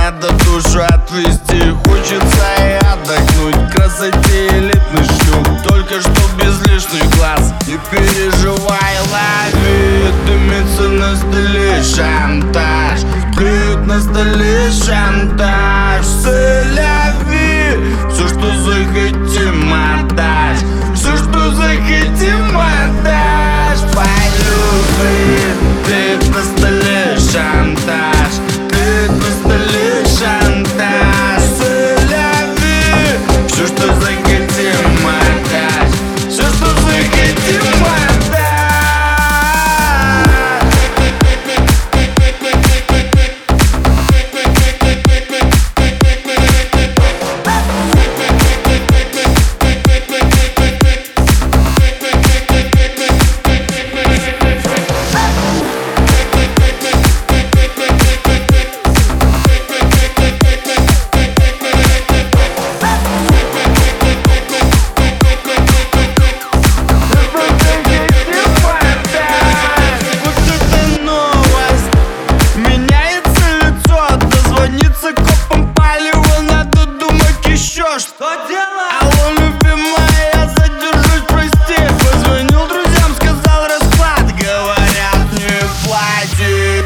надо душу отвести. Хочется и отдохнуть, красоте элитный шлюп, только что без лишних глаз. Не переживай, лови, дымится на столе шантаж, клюет на столе шантаж. Сэляви, все, что захотим, отдашь, все, что захотим, отдашь. Полюби, клюет на столе шантаж, клюет на столе шантаж. Сэляви, все, что захотим, отдашь, все, что захотим, отдашь. Что делать? Алло, любимая, я задержусь, прости. Позвонил друзьям, сказал расклад, говорят, не плати.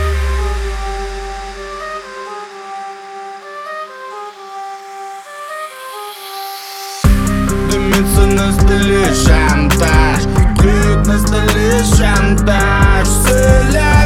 Дымится на столе шантаж, клюет на столе шантаж.